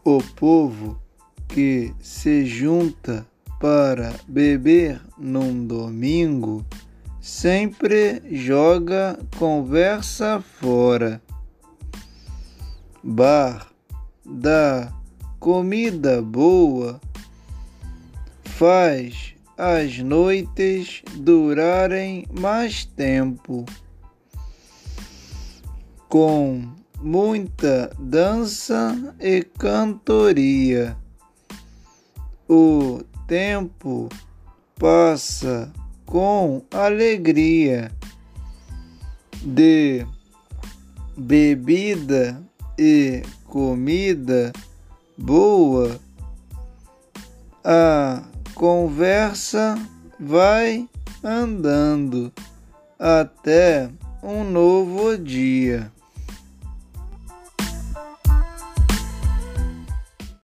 O povo que se junta para beber num domingo sempre joga conversa fora. Bar da comida boa faz as noites durarem mais tempo, com muita dança e cantoria. O tempo passa com alegria de bebida e comida boa. A conversa vai andando até um novo dia.